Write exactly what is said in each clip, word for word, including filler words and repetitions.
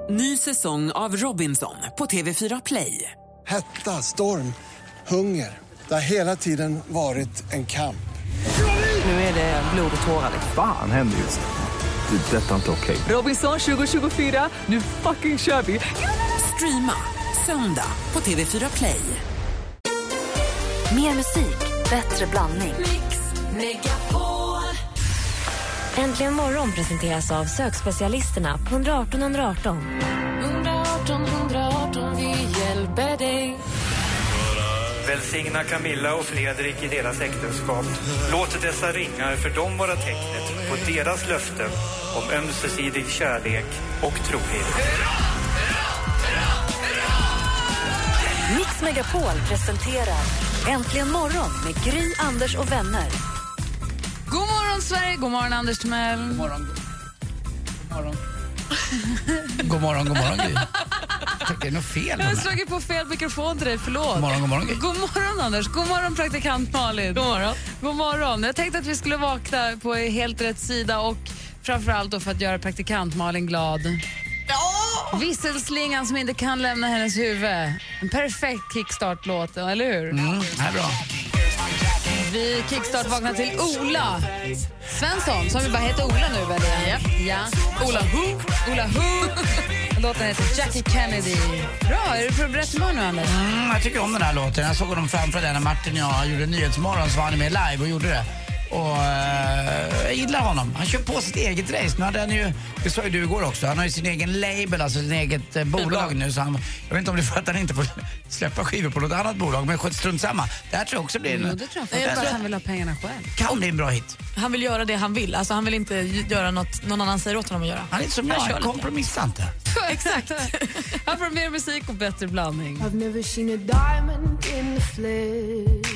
Ny säsong av Robinson på T V fyra Play. Hetta, storm, hunger. Det har hela tiden varit en kamp. Nu är det blod och tårar. Fan händer just det. Det är detta inte okej. Robinson tjugo tjugofyra, nu fucking kör vi. Streama söndag på T V fyra Play. Mer musik, bättre blandning. Mix Megapol. Äntligen morgon presenteras av sökspecialisterna på ett ett åtta ett ett åtta. ett åtta ett åtta, vi hjälper dig. Välsigna Camilla och Fredrik i deras äktenskap. Låt dessa ringar för dem vara tecknet på deras löften om ömsesidig kärlek och trohet. Mix Megapol presenterar Äntligen morgon med Gry, Anders och vänner. God morgon Sverige, god morgon Anders Timell. God morgon. God morgon. God morgon, god morgon Gry. Det är något fel. Jag har slagit på fel mikrofon till dig, förlåt. God morgon, god morgon Gry. God morgon Anders, god morgon praktikant Malin. God morgon. God morgon. Jag tänkte att vi skulle vakna på helt rätt sida och framförallt då för att göra praktikant Malin glad. Ja! Visselslingan som inte kan lämna hennes huvud. En perfekt kickstart-låt, eller hur? Mm, det är bra. Vi kickstart vaknar till Ola Svensson, som vi bara heter Ola nu väl? Yep. Ja. Ola Who. Ola Who. Låten heter Jackie Kennedy. Bra, är du förberedd imorgon nu, Anders? Mm, jag tycker om den här låten. Jag såg honom framför den när Martin och jag gjorde Nyhetsmorgon, så var han med live och gjorde det. Och uh, jag gillar honom. Han kör på sitt eget race. Nu hade han ju, det sa ju du igår också, han har ju sin egen label, alltså sin eget uh, bolag nu. Så han, jag vet inte om det är för att han inte får släppa skivor på något annat bolag, men strunt samma. Det här tror jag också blir en... Jo, det tror jag. Jag tror att han vill ha pengarna själv. Kan bli en bra hit. Han vill göra det han vill. Alltså han vill inte göra något någon annan säger åt honom att göra. Han är inte som jag, han kompromissar inte. Exakt. Han får mer musik och bättre blandning. I've never seen a diamond in the flesh.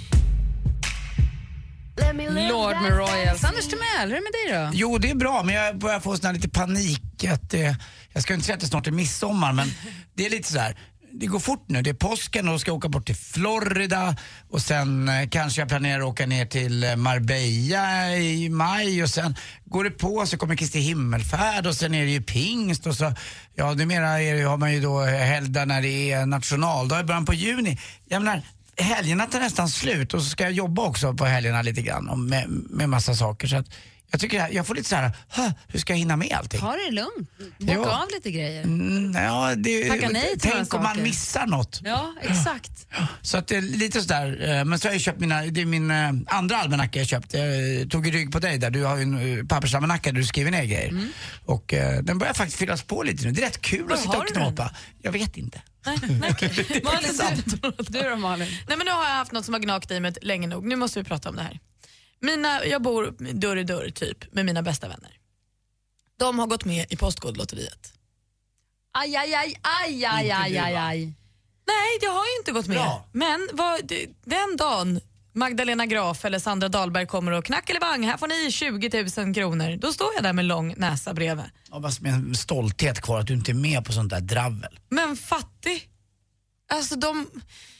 Lord med Royals. Anders Timell, hur är det med dig då? Jo, det är bra, men jag börjar få sån här lite panik att eh, jag ska inte säga att det snart är midsommar, men det är lite så här. Det går fort nu, det är påsken och då ska jag åka bort till Florida och sen eh, kanske jag planerar att åka ner till eh, Marbella i maj och sen går det på så kommer Kristi himmelfärd och sen är det ju pingst och så, ja det mera är, har man ju då helgdag när det är nationaldag i början på juni. Jag menar, helgerna tar nästan slut och så ska jag jobba också på helgerna lite grann och med, med massa saker så att jag tycker jag, jag får lite så här, hur ska jag hinna med allting? Ta det lugnt. Boka av lite grejer. Mm, ja, det, Tacka nej till tänk om man missar något. Ja, exakt. Ja, så att det är lite sådär, men så har jag köpt mina, det är min andra almanacka jag köpt. Jag tog i rygg på dig där, du har ju en pappersalmanacka där du skriver ner grejer. Mm. Och uh, den börjar faktiskt fyllas på lite nu. Det är rätt kul Vad att sitta och knåpa. Jag vet inte. Nej, nej. Malin, du, du då Malin? Nej, men nu har jag haft något som har gnagt i mig länge nog. Nu måste vi prata om det här. Mina, jag bor dörr i dörr typ med mina bästa vänner. De har gått med i Postkodlotteriet. Aj, aj, aj, aj, aj, aj, aj, aj. Nej, jag har ju inte gått med. Bra. Men vad, den dagen Magdalena Graf eller Sandra Dahlberg kommer och knack eller bang, här får ni tjugo tusen kronor. Då står jag där med lång näsa bredvid. Ja, bara med en stolthet kvar att du inte är med på sånt där dravel. Men fattig. Alltså de...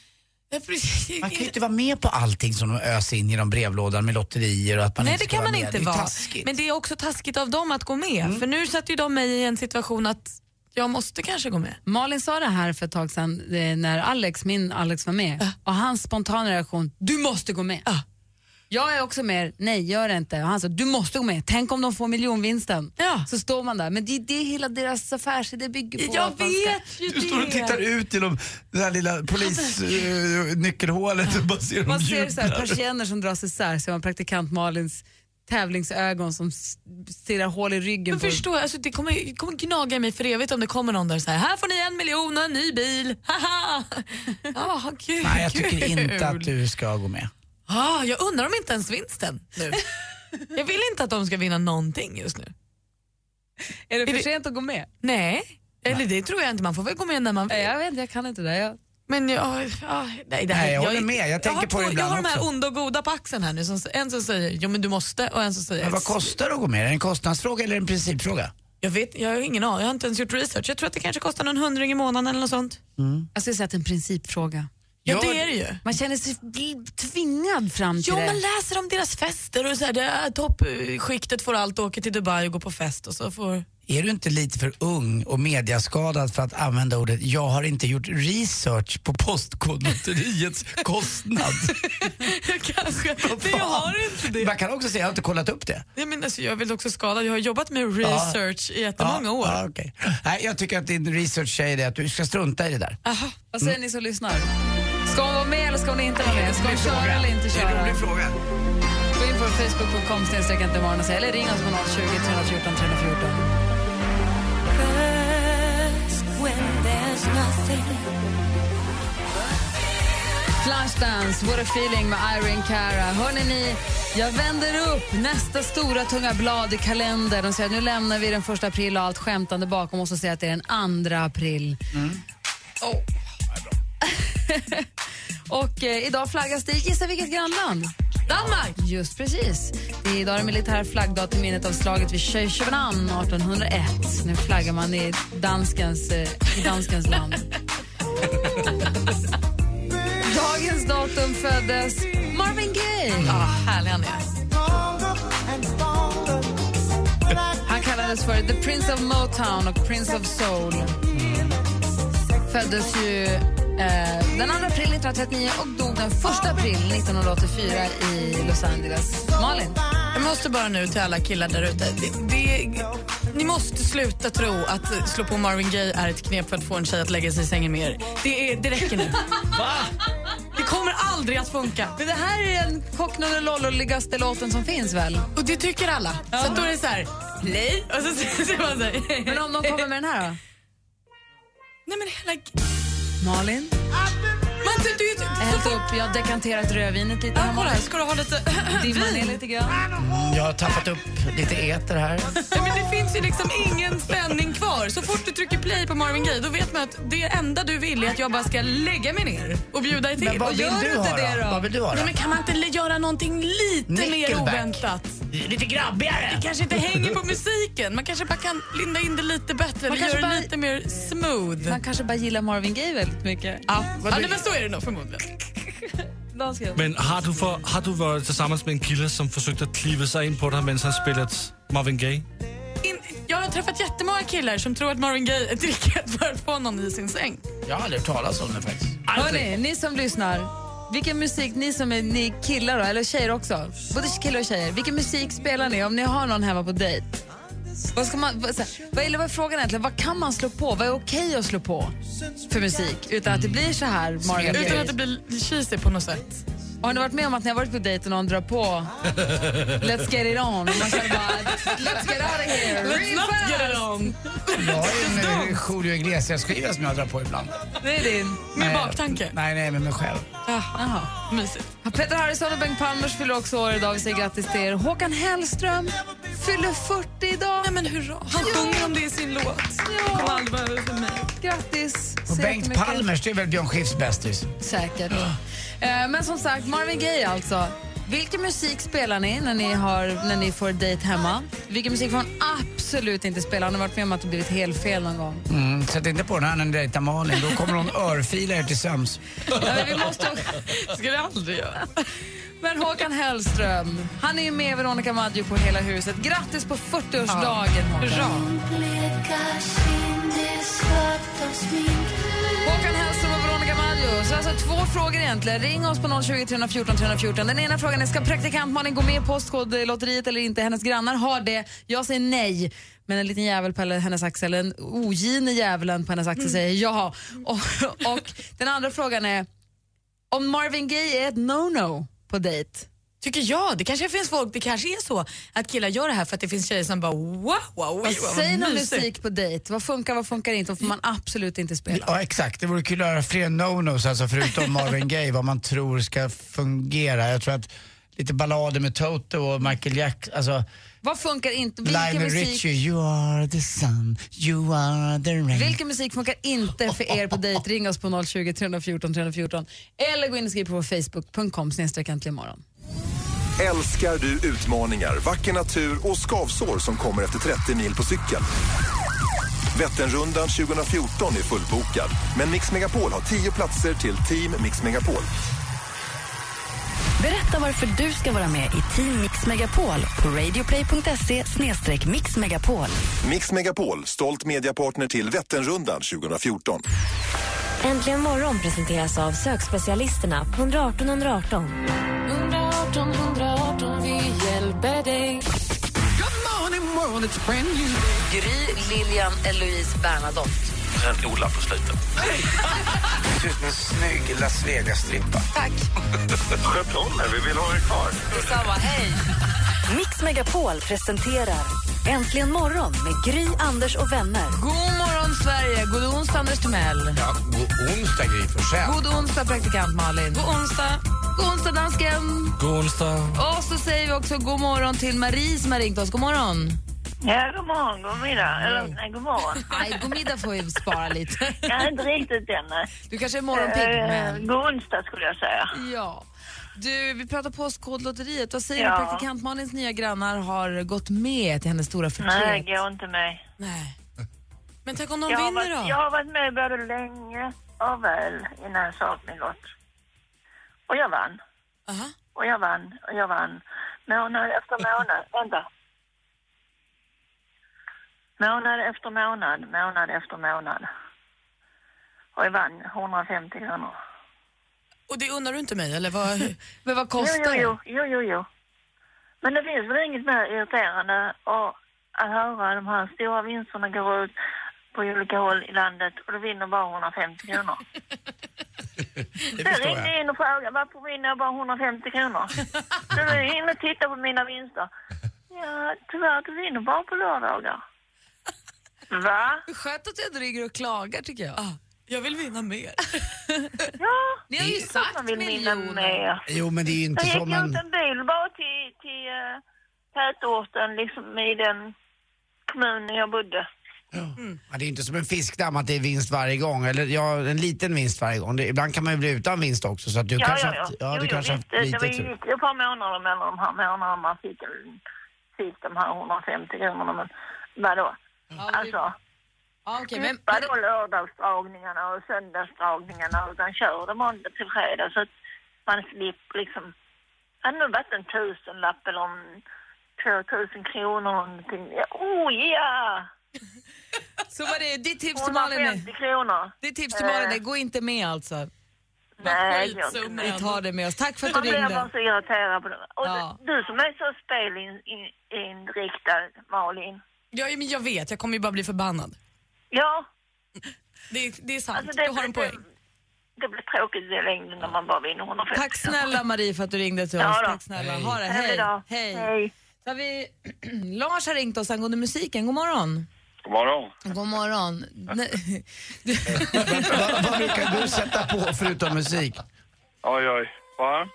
Man kan ju inte vara med på allting som de öser in genom brevlådan med lotterier och att man Nej, inte det kan man vara inte med. vara. Taskigt. Men det är också taskigt av dem att gå med. Mm. För nu sätter ju de mig i en situation att jag måste kanske gå med. Malin sa det här för ett tag sedan när Alex, min Alex var med. Uh. Och hans spontana reaktion, du måste gå med. Uh. Jag är också med, nej gör det inte. Och han sa, du måste gå med, tänk om de får miljonvinsten. Ja. Så står man där, men det är det hela deras affärsidé bygger på. Jag vet ska... ju Du det. står och tittar ut genom det här lilla polisnyckelhålet uh, och bara ser man dem ser så här persienner som dras isär, så man praktikant Malins tävlingsögon som stirrar hål i ryggen. Men på... förstår, alltså, det kommer, kommer gnaga i mig för evigt om det kommer någon där så här, här får ni en miljon och en ny bil. Haha. Oh, gud, Nej, jag tycker kul. inte att du ska gå med. Ah, jag undrar om inte ens vinsten nu. Jag vill inte att de ska vinna någonting just nu. Är det för är det... sent att gå med? Nej, eller nej. Det tror jag inte. Man får väl gå med när man vill. Jag vet inte, jag kan inte det. Jag... Men jag, ja, nej, det här, nej, jag håller jag, med. Jag tänker jag på det ibland Jag har de här också. onda och goda på axeln här nu. Som, en som säger, jo men du måste, och en som säger... Men vad kostar det att gå med? Är det en kostnadsfråga eller en principfråga? Jag vet, jag har ingen aning. Jag har inte ens gjort research. Jag tror att det kanske kostar någon hundring i månaden eller något sånt. Mm. Jag skulle säga att det är en principfråga. Ja, det är det ju. Man känner sig tvingad fram till jo, det. Jo, man läser om deras fester och så här, det är toppskiktet får allt åka till Dubai och gå på fest och så får... är du inte lite för ung och mediaskadad för att använda ordet jag har inte gjort research på postkodlotteriets kostnad? Kanske, men jag har inte det. Man kan också säga jag har inte kollat upp det. Jag, men alltså, jag är väl också skadad, jag har jobbat med research ja. i jättemånga ja, år. Ja, okay. Nej, jag tycker att din research säger det att du ska strunta i det där. Aha. Vad säger mm. ni som lyssnar? Ska hon vara med eller ska hon inte vara med? Ska hon köra fråga. eller inte köra? Det är en rolig fråga. Gå in på facebook punkt com snedstreck imorgon och säg eller ring oss på noll tjugo, tre fjorton, tre fjorton. Flashdance, What a feeling med Irene Cara. Hörrni ni, jag vänder upp nästa stora tunga blad i kalendern och säger att nu lämnar vi den första april och allt skämtande bakom oss och säger att det är den andra april. Mm. Oh. Och eh, idag flaggas det, gissa vilket grannland? Danmark! Just precis. Det är idag en militär flaggdag till minnet av slaget vid Köpenhamn artonhundraett. Nu flaggar man i danskens, eh, i danskens land. Dagens datum föddes Marvin Gaye. Ja, ah, härlig han är. Han kallades för The Prince of Motown och Prince of Soul. Föddes ju eh, den andra april nittonhundratrettionio och dog den första april nittonhundraåttiofyra i Los Angeles. Malin? Jag måste bara nu till alla killar där ute. Det, det, ni måste sluta tro att slå på Marvin Gaye är ett knep för att få en tjej att lägga sig i sängen med er. Det, är, det räcker nu. Va? Det kommer aldrig att funka. Men det här är den kocknade lolloligaste låten som finns väl? Och det tycker alla. Ja. Så då är det så här, play. Och så säger man så här. Men om de kommer med den här då? Nej men hela... Malin? Man, du, du, du, jag hällt upp, jag har dekanterat rödvinet lite. Ja, kolla, ska du ha lite dimma ner lite grann? Mm, jag har tappat upp lite eter här. Ja, men det finns ju liksom ingen spänning kvar. Så fort du trycker play på Marvin Gaye, då vet man att det enda du vill är att jag bara ska lägga mig ner och bjuda dig till. Men vad vill och du ha det då? då? Vad vill du ha då? Nej, men kan man inte göra någonting lite Nickelback. Mer oväntat? Lite grabbigare. Det kanske inte hänger på musiken. Man kanske bara kan linda in det lite bättre. Man kanske göra bara... lite mer smooth. Man kanske bara gillar Marvin Gaye väldigt mycket. Ja, ja nej, men så är det nog förmodligen. Men har du, för, har du varit tillsammans med en kille som försökte kliva sig in på dig medan han spelat Marvin Gaye? In, jag har träffat jättemånga killar som tror att Marvin Gaye är tricket för att få någon i sin säng. Jag har aldrig talat om det faktiskt. Hörrni, ni som lyssnar, vilken musik, ni som är ni killar då, eller tjejer också, både killar och tjejer, vilken musik spelar ni om ni har någon hemma på dejt? Vad ska man, vad, så här, vad, eller vad är frågan egentligen? Vad kan man slå på? Vad är okej att slå på för musik? Utan att det blir så här Marvin Gaye. Utan att det blir cheesy på något sätt. Har ni varit med om att ni har varit på dejt och någon drar på Let's get it on? Och man känner bara, let's get out of here. Let's not get it on. Jag har en Julio Iglesias-skiva som jag drar på ibland. Det är din? Med baktanke? Nej, nej, med mig själv. Jaha, mysigt. Peter Harrison och Bengt Palmers fyller också år idag. Vi säger grattis till er. Håkan Hellström fyller fyrtio idag. Nej men hurra. Han ja. sjunger om det i sin låt. Ja. Kom aldrig behöver för mig. Grattis. Och Bengt Palmers, det är väl Björn Skifs bästis? Säkert. Ja. Men som sagt, Marvin Gaye alltså. Vilken musik spelar ni när ni, har, när ni får dejt hemma? Vilken musik får man absolut inte spela? Har ni varit med om att det blivit helt fel någon gång? Mm, sätt inte på den här när ni dejtar Malin. Då kommer hon örfila er till söms. Ja, vi måste... Ska det aldrig göra. Men Håkan Hellström, han är ju med Veronica Maggio på Hela huset. Grattis på fyrtioårsdagen, Håkan. Håkan Hellström och Veronica Maggio. Så alltså två frågor egentligen. Ring oss på noll tjugo, tre fjorton, tre fjorton. Den ena frågan är, ska praktikant Malin gå med postkodlotteriet eller inte? Hennes grannar har det. Jag säger nej. Men en liten jävel på hennes axel, en ogine jävelen på hennes axel mm. säger ja. Och, och den andra frågan är, om Marvin Gaye är ett no-no på dejt? Tycker jag. Det kanske finns folk, det kanske är så att killar gör det här för att det finns tjejer som bara wow, wow, wow. Säg någon musik på dejt. Vad funkar, vad funkar inte? Vad får man absolut inte spela? Ja, exakt. Det vore kul att göra fler no-nos, alltså förutom Marvin Gaye, vad man tror ska fungera. Jag tror att lite ballader med Toto och Michael Jackson, alltså... Vad funkar inte? Vilken Lionel musik? Richie, you are the sun, you are the rain. Vilken musik funkar inte för er på dejt? Ring oss på noll tjugo, tre fjorton, tre fjorton. Eller gå in och skriv på facebook punkt com snedstreck äntligen morgon. Älskar du utmaningar, vacker natur och skavsår som kommer efter trettio mil på cykel? Vätternrundan tjugo fjorton är fullbokad, men Mix Megapol har tio platser till Team Mix Megapol. Berätta varför du ska vara med i Team Mix Megapol på radioplay.se slash mixmegapol. Mix Megapol, stolt mediapartner till Vätternrundan tjugo fjorton. Äntligen morgon presenteras av sökspecialisterna på ett ett åtta ett ett åtta. ett åtta ett åtta, vi hjälper dig. Gry, Lilian, Eloise, Bernadotte. Sen Ola på slutet. Det ser ut som en snygg Las Vegas-strippa. Tack. Skötoller, vi vill ha er kvar. Detsamma, hej. Mix Megapol presenterar Äntligen morgon med Gry, Anders och vänner. God morgon, Sverige. God onsdag, Anders Timell. Ja, god onsdag, Gry Forssell. God onsdag, praktikant Malin. God onsdag. God onsdag, dansken. God onsdag. Och så säger vi också god morgon till Marie som har ringt oss. God morgon. Ja, god morgon, god middag. Eller nej, god morgon. Nej, god middag får vi spara lite. Jag är inte riktigt än. Du kanske är morgonpigg, uh, men... God onsdag skulle jag säga. Ja. Du, vi pratar Postkodlotteriet. Vad säger ja. du? Praktikant Malins nya grannar har gått med till hennes stora förtret. Nej, går inte med. Nej. Men tänk om de jag vinner varit, då? Jag har varit med både länge och väl innan jag sa min lott. Och jag vann. Aha. Och jag vann. Och jag vann. Månad efter månad. Vänta. Månad efter månad. Månad efter månad. Och jag vann hundrafemtio kronor. Och det undrar du inte mig, eller vad? Men vad kostar jo, jo, det? jo, jo, jo. Men det finns väl inget mer irriterande och att höra de här stora vinsterna går ut på olika håll i landet och då vinner bara hundrafemtio kronor. Det jag förstår ringde jag. in och frågade varför vinner jag bara hundrafemtio kronor. Så jag gick in och tittade på mina vinster. Ja, tyvärr, du vinner bara på lördagar. Va? Skönt att du ändå ringer och klagar, tycker jag. Ah, jag vill vinna mer. Ja, ni har ju sagt man vill vinna mer. Jo, men det är ju inte jag så gick man... ut en bil bara till, till uh, tätorten, liksom i den kommunen jag bodde. Ja. Mm. Ja, det är inte som en fiskdamm att det är vinst varje gång. Eller ja, en liten vinst varje gång. Det, ibland kan man ju bli utan vinst också. Så att du ja, kanske ja, ja. Haft, ja, jo, du jo, kanske visst, haft lite det, det tur. var ju ett par månader mellan de här månaderna man fick, fick de här hundrafemtio kronorna. Men vadå? Ja, alltså... Ja, okej, men... Slippa då lördagsdragningarna och söndagsdragningarna utan kör det måndag till fredag så att man slipper liksom... Hade det nog varit en tusenlapp eller om tvåtusen kronor eller någonting. Ja, oh ja! Så var det ditt tips till Malin? hundrafemtio kronor. Ditt tips till Malin är gå inte med alltså. Nej, jag inte Vi tar det med oss. Tack för att du man ringde. blir bara så irriterad på det. Och Ja. du som är så spelinriktad, Malin. Ja, men jag vet, jag kommer ju bara bli förbannad. Ja. Det, det är sant, Alltså, det, du har en det, poäng. Det blir tråkigt i längden när man bara vinner hundrafemtio. Tack snälla Marie för att du ringde till oss. Ja då. Tack snälla. Hej. Ha det. Hej Hej. då. Hej. Hej. Så har vi... Lars har ringt oss angående musiken. God morgon. God morgon. God morgon. Nej. vad, vad brukar du sätta på förutom musik? Oj, oj. Va?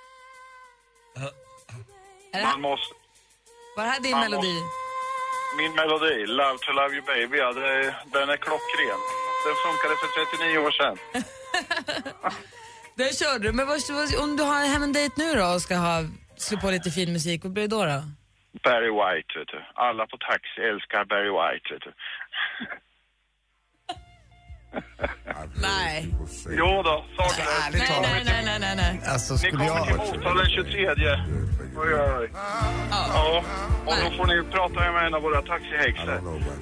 Är det Man här, måste... var det här din Man melodi? Min melodi, Love to Love You Baby, ja, det, den är klockren. Den funkade för trettionio år sedan. Den körde du. Men vad, vad, om du har hem en dejt nu då och ska ha, slå på lite fin musik, vad blir det då då? Barry White, vet du. Alla på taxi älskar Barry White, vet du. Nej. Jo då, saker är. Ärligt Nej, talat. nej, nej, nej, nej, nej. Alltså, Ni skulle kommer jag... till Motala den tjugotredje. Oj, oj, oj. Ja, och då får ni prata med en av våra taxihäxor.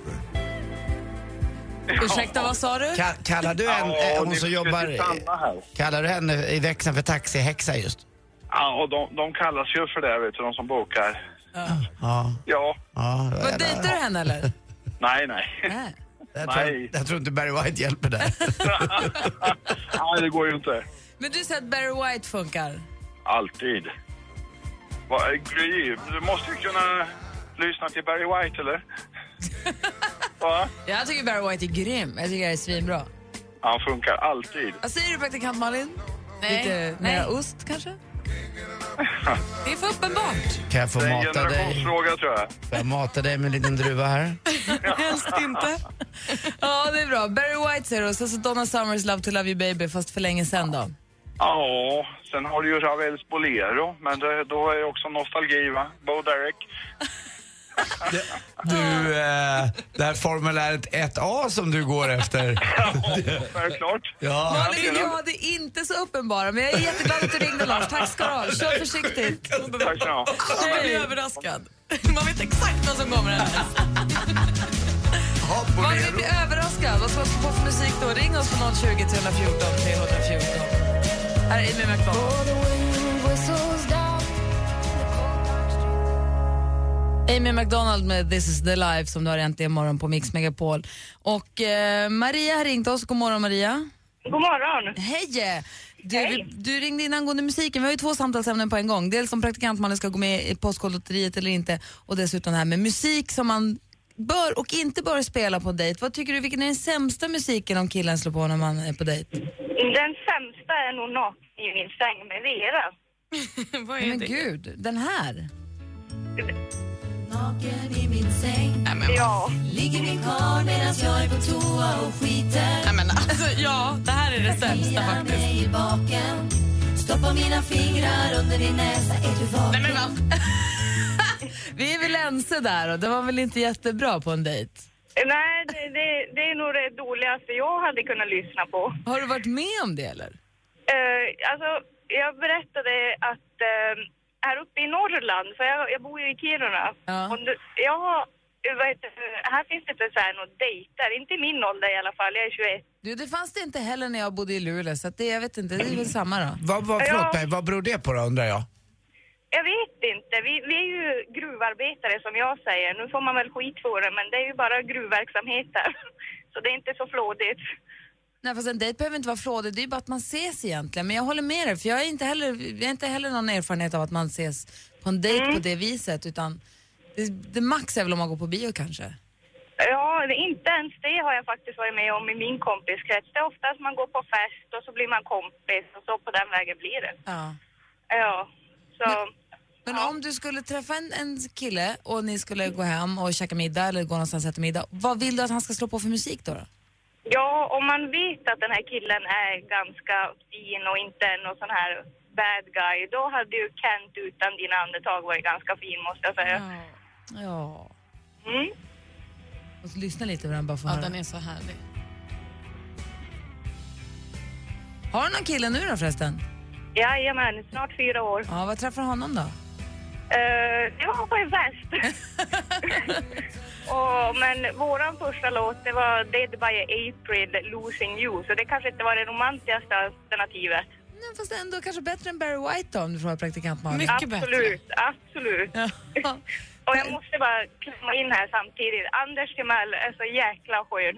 Ursäkta, vad sa du? Ka- kallar du en, Ja, eh, hon ni som försöker jobbar... stanna här. Kallar du henne i växeln för taxihäxa just? Ja, och de, de kallas ju för det, vet du, de som bokar. Ja. Ja. ja Vad, dejtar du henne eller? Nej, nej. Nej. Jag tror, Nej. jag tror inte Barry White hjälper där. Nej, det går ju inte. Men du säger att Barry White funkar? Alltid. Va, Gry, du måste ju kunna lyssna till Barry White, eller? Va? Jag tycker Barry White är grym. Jag tycker det är svinbra. Han funkar alltid. Vad säger du, praktikant Malin? Nej. Lite Nej. mer ost kanske? Det är för uppenbart. Kan jag få Det är en mata dig? generationsfråga, tror jag. Får jag mata dig med en liten druva här? Helst inte. Ja, det är bra. Barry White säger du. Och så Donna Summers Love to Love You Baby, fast för länge sedan då. Ja, sen har du ju Ravels Bolero, men det, då är också nostalgi, va? Bo Derek. Du, eh, det här formuläret ett A som du går efter. Ja, självklart. Ja. Malin, jag hade inte så uppenbara, men jag är jätteglad att du ringde, Lars. Tack ska du ha. Kör försiktigt. Tack ska du ha. Man blir överraskad. Man vet exakt vad som kommer härnäst. Man vill bli överraskad. Vad ska man få för musik då? Ring oss på noll tjugo, tre fjorton, tre fjorton. Här är Amy McDonald. Amy McDonald med This is the life som du har äntligen morgon på Mix Megapol. Och eh, Maria har ringt oss. God morgon, Maria. God morgon. Hej! Du, Hej. du ringde in angående musiken. Vi har ju två samtalsämnen på en gång. Dels om praktikantmannen ska gå med i Postkodlotteriet eller inte. Och dessutom det här med musik som man bör och inte bör spela på dejt. Vad tycker du, vilken är den sämsta musiken om killen slår på när man är på dejt? Den sämsta är nog Naken i min säng med Vera. Vad är Men det? Gud, den här? Naken i min säng. Nej, men, ja. Ligger min karl medan jag är på toa och skiter. Nej, men alltså, ja, det här är det sämsta faktiskt. Mig i baken. Stoppa mina fingrar under din näsa. Är du vaken? Nej, men vi är väl ense där och det var väl inte jättebra på en dejt? Nej, det, det, det är nog det dåligaste jag hade kunnat lyssna på. Har du varit med om det eller? Uh, alltså, jag berättade att uh, här uppe i Norrland, för jag, jag bor ju i Kiruna. Ja. Och det, jag har, vet, här finns det inte så här något dejter, inte i min ålder i alla fall, jag är tjugoett. Du, det fanns det inte heller när jag bodde i Luleå, så att det, jag vet inte, det är väl samma då. Vad, vad, förlåt Ja. mig, vad beror det på då, undrar jag? Jag vet inte. Vi, vi är ju gruvarbetare som jag säger. Nu får man väl skit för det, men det är ju bara gruvverksamhet där. Så det är inte så flådigt. Nej, fast en dejt behöver inte vara flådigt. Det är ju bara att man ses egentligen. Men jag håller med dig, för jag har inte heller, jag har inte heller någon erfarenhet av att man ses på en dejt mm. på det viset. Utan det, det max är väl om man går på bio kanske. Ja, inte ens det har jag faktiskt varit med om i min kompiskrets. Det är oftast man går på fest och så blir man kompis och så på den vägen blir det. Ja. Ja, så... Men, men ja. Om du skulle träffa en, en kille och ni skulle gå hem och käka middag eller gå någonstans och äta middag, vad vill du att han ska slå på för musik då? då? Ja, om man vet att den här killen är ganska fin och inte någon sån här bad guy, då hade ju Kent utan dina andetag varit ganska fin, måste jag säga. Ja. Ja. Mm. Och så lyssna lite på den bara för Ja, höra. den är så härlig. Har du någon kille nu då förresten? Jajamän, snart fyra år. Ja, vad träffar honom då? Uh, det var på en fest. och, men våran första låt, det var Dead by April, Losing You. Så det kanske inte var det romantiskaste alternativet. Nej, fast ändå kanske bättre än Barry White då, om du får vara praktikant Malin. Mycket absolut, bättre. Absolut, ja. Och jag måste bara klämma in här samtidigt. Anders Timell är så jäkla skön.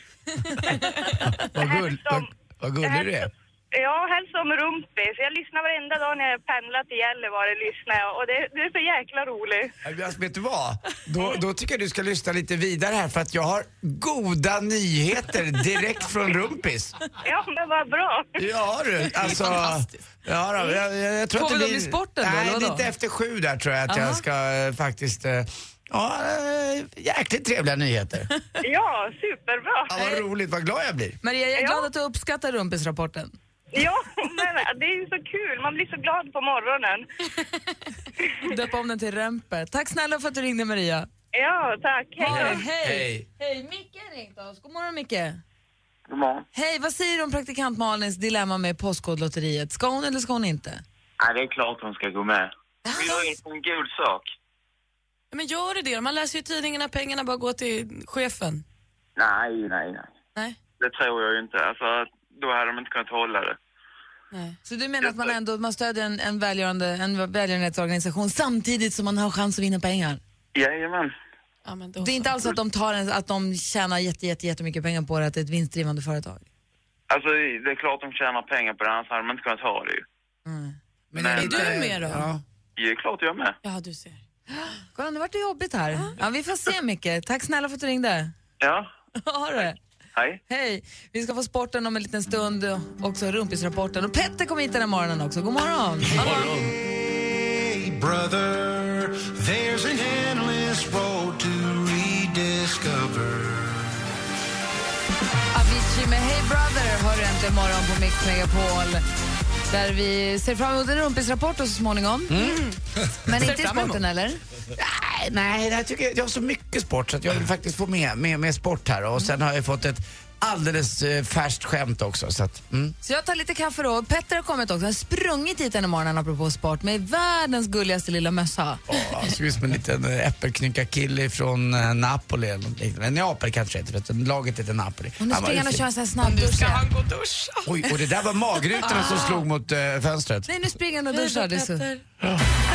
vad, gull, vad, vad gullig du är. Ja, helst som rumpis. Jag lyssnar varenda dag när jag pendlar till Gällivare, lyssnar jag. Och det, det är så jäkla roligt. Alltså, vet du vad? Då, då tycker jag du ska lyssna lite vidare här, för att jag har goda nyheter direkt från rumpis. Ja, men vad bra. Ja du, alltså... Ja, då, jag, jag, jag tror Får att det vi blir... dem i sporten då? Nej, eller lite efter sju där tror jag att Aha. jag ska äh, faktiskt... Äh, ja, äh, jäkligt trevliga nyheter. Ja, superbra. Ja, vad roligt, vad glad jag blir. Maria, jag är Ja. glad att du uppskattar rumpisrapporten. Ja, men det är ju så kul. Man blir så glad på morgonen. Döp om den till Rempe. Tack snälla för att du ringde, Maria. Ja, tack. Hej då. Hej. Hej. Hej. Hej, Micke har ringt oss. God morgon, Micke. God morgon. Hej, vad säger du om praktikant Malins dilemma med Postkodlotteriet? Ska hon eller ska hon inte? Nej, det är klart hon ska gå med. Hon gör inte en god sak. Men gör det det? Man läser ju i tidningarna, pengarna bara går till chefen. Nej, nej, nej. Nej. Det tror jag ju inte. Alltså, då hade de inte kunnat hålla det. Nej. Så du menar att man ändå man stödjer en, en, välgörande, en välgörenhetsorganisation samtidigt som man har chans att vinna pengar? Jajamän. Ja, men då det är inte alls att de, tar en, att de tjänar jätte, jätte, jättemycket pengar på det, att det är ett vinstdrivande företag? Alltså, det är klart de tjänar pengar på det, annars hade de inte kunnat ha det ju. Mm. Men är du med då? Ja. Det är klart jag är med. Ja, du ser. Kolla, nu vart det jobbigt här. Ja, vi får se, Micke. Tack snälla för att du ringde. Ja. Ha det. Hej. Hej. Vi ska få sporten om en liten stund och också rumpisrapporten. Och Petter kommer hit den här morgonen också. God morgon. God morgon. Hey brother, there's an endless road to rediscover. Avicii med Hey Brother hör du äntligen morgon på Mix Megapol. Där vi ser fram emot en rumpisrapport så småningom. Mm. Men inte i sporten, eller? nej, jag tycker jag har så mycket sport så att jag vill faktiskt få med, med, med sport här. Och sen har jag fått ett alldeles eh, färskt skämt också. Så, att, mm. så jag tar lite kaffe då. Petter har kommit också. Han har sprungit hit en morgon apropå sport med världens gulligaste lilla mössa. Oh, han ser ut som en liten äppelknyckarkille från eh, Napoli eller något liknande. Neapel kanske heter för laget heter Napoli. Och nu springer han och kör en sån här snabbdusch. Nu ska han gå och duscha. Oj, och det där var magrutorna som slog mot eh, fönstret. Nej, nu springer han och duschar. Det är så. Ja.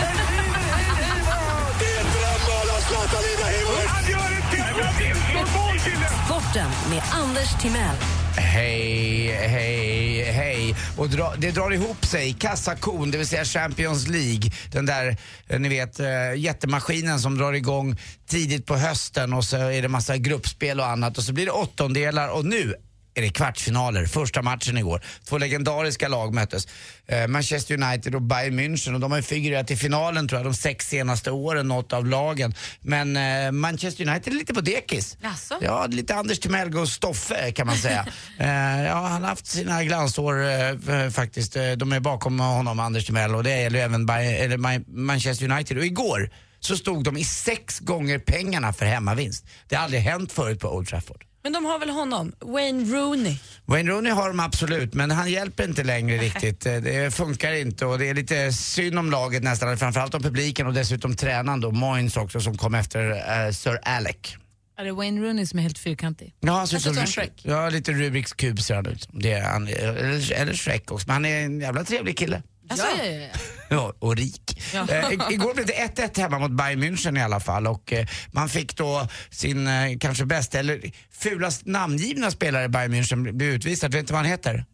Sporten med Anders Timell. Hej, hej, hej. Och dra, det drar ihop sig. Kassakon, det vill säga Champions League. Den där, ni vet, jättemaskinen som drar igång tidigt på hösten. Och så är det massa gruppspel och annat. Och så blir det åttondelar och nu är det kvartsfinaler. Första matchen igår. Två legendariska lag möttes. Eh, Manchester United och Bayern München. Och de har ju figurerat i finalen tror jag de sex senaste åren, något av lagen. Men eh, Manchester United är lite på dekis. Jaså? Ja, lite Anders Timell och Stoffe kan man säga. eh, ja, han har haft sina glansår eh, faktiskt. De är bakom honom, Anders Timell. Och det gäller även Bayern, eller Manchester United. Och igår så stod de i sex gånger pengarna för hemmavinst. Det har aldrig hänt förut på Old Trafford. Men de har väl honom, Wayne Rooney? Wayne Rooney har de absolut, men han hjälper inte längre riktigt. Det funkar inte och det är lite synd om laget nästan, framförallt om publiken och dessutom tränaren då, Moynes också, som kom efter uh, Sir Alec. Är det Wayne Rooney som är helt fyrkantig? Ja, han ser ut som Shrek. Ja, lite Rubiks kub ser han ut. Det är han, eller, eller Shrek också, men han är en jävla trevlig kille. Alltså, ja, ja, ja. Ja, och rik. Ja. Eh, igår blev det ett ett hemma mot Bayern München i alla fall och eh, man fick då sin eh, kanske bästa eller fulast namngivna spelare i Bayern München bli utvisad. Vet inte vad han heter?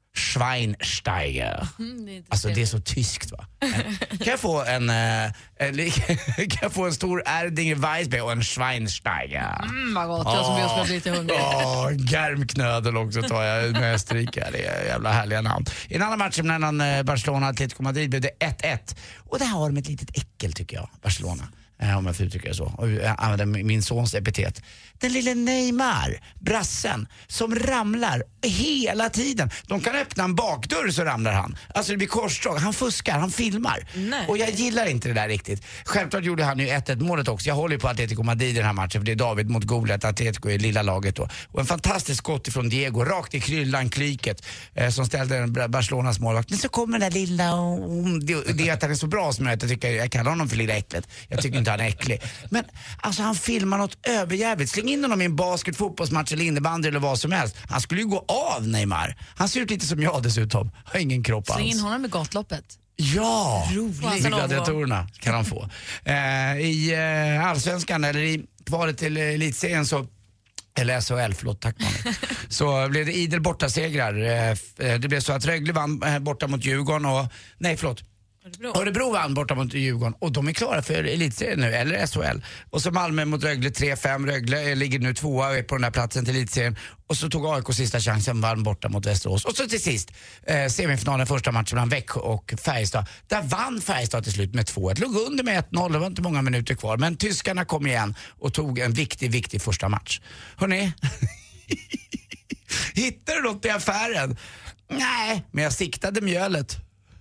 Schweinsteiger. Mm, det alltså det är så tyskt va? Kan jag få en eh, kan jag få en stor Erdinger Weisberg och en Schweinsteiger? Mm, vad gott. Jag som just blev lite hungrig. Ja, Germknödel också tar jag med Österrike. Det är jävla härliga namn. I en annan match mellan Barcelona och Atletico Madrid blev det ett ett. Och det här har de ett litet äckel tycker jag, Barcelona. Om jag får uttrycka det så. Och jag använder min sons epitet. Den lille Neymar, brassen, som ramlar hela tiden. De kan öppna en bakdörr så ramlar han. Alltså det blir korsdrag. Han fuskar, han filmar. Nej. Och jag gillar inte det där riktigt. Självklart gjorde han ju ett ett målet också. Jag håller ju på Atletico Madrid i den här matchen. För det är David mot Goliat. Atletico är lilla laget då. Och en fantastisk skott ifrån Diego. Rakt i kryllan, klyket. Eh, som ställde en Barcelonas målvakt. Men så kommer den där lilla... Och, det, det är att han är så bra som jag, jag tycker. Jag kallar honom för lilla äcklet. Jag tycker inte han är äcklig. Men alltså han filmar något överjävligt. Släng in honom i en basket, fotbollsmatch eller innebandy eller vad som helst. Han skulle ju gå av Neymar. Han ser ut lite som jag dessutom. Har ingen kropp alls. Släng in honom i gatloppet. Ja, roligt. Gladiatorerna kan han få. Eh, I eh, Allsvenskan eller i kvalet till elitserien så eller S H L, förlåt, tack man. Så blev det idel bortasegrar. Eh, det blev så att Rögle vann eh, borta mot Djurgården och nej förlåt. Örebro. Örebro vann borta mot Djurgården och de är klara för elitserien nu, eller S H L. Och så Malmö mot Rögle tre fem. Rögle ligger nu tvåa och är på den här platsen till elitserien. Och så tog A I K sista chansen, vann borta mot Västerås. Och så till sist, eh, semifinalen, första matchen mellan Växjö och Färjestad. Där vann Färjestad till slut med två ett. Låg under med ett noll, det var inte många minuter kvar. Men tyskarna kom igen och tog en viktig, viktig första match. Hörrni, hittar du något i affären? Nej, men jag siktade mjölet.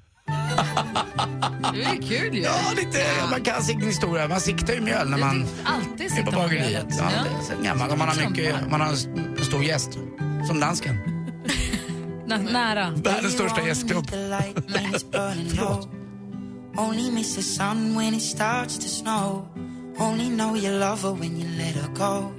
Det är kul ju. Ja, lite, man kan sikta historia. Man siktar ju mjöl när man alltid är på bageriet. Ja, ja. Sen gammal, om man har mycket, man har en stor gäst som dansken. N- nära. Världens största gästklubb. Förlåt. Only miss the sun when it starts to snow. Only know you love her when you let her go.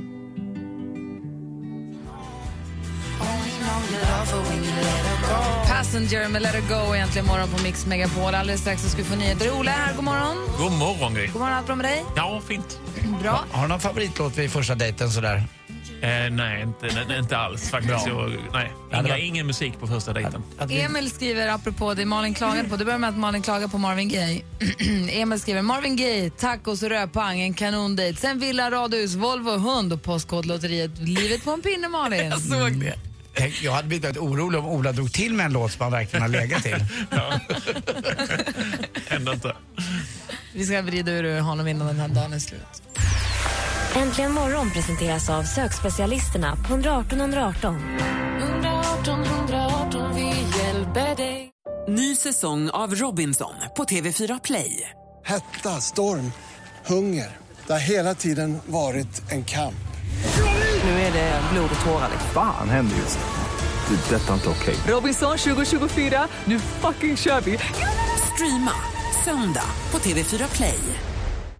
Passenger med Let It Go egentligen morgon på Mix Megapol. Alldeles strax så ska vi få nyheter. Ola här, god morgon. God morgon, Gry. God morgon, allt bra med dig? Ja, fint. Bra. Har du någon favoritlåt vid första dejten sådär? Eh, nej, inte, nej, inte alls faktiskt. Jag, nej, inga, ingen musik på första dejten. Emil skriver, apropå det Malin klagade på, det börjar med att Malin klagar på Marvin Gaye. Emil skriver, Marvin Gaye, tacos och röpang, en kanondejt. Sen villa, radhus, Volvo, hund och postkodlotteriet. Livet på en pinne, Malin. Jag såg det. Jag hade blivit orolig om Ola drog till med en låt som han verkligen har legat till. Ja. Ändå inte. Vi ska vrida ur honom innan den här dagen är slut. Äntligen morgon presenteras av sökspecialisterna på ett ett åtta ett ett åtta. ett ett åtta ett ett åtta, vi hjälper dig. Ny säsong av Robinson på T V fyra Play. Hetta, storm, hunger. Det har hela tiden varit en kamp. Nu är det blod och tårar. Fan händer just det. Det är detta inte okej. Robinson tjugo tjugofyra, nu fucking kör vi! Streama söndag på T V fyra Play.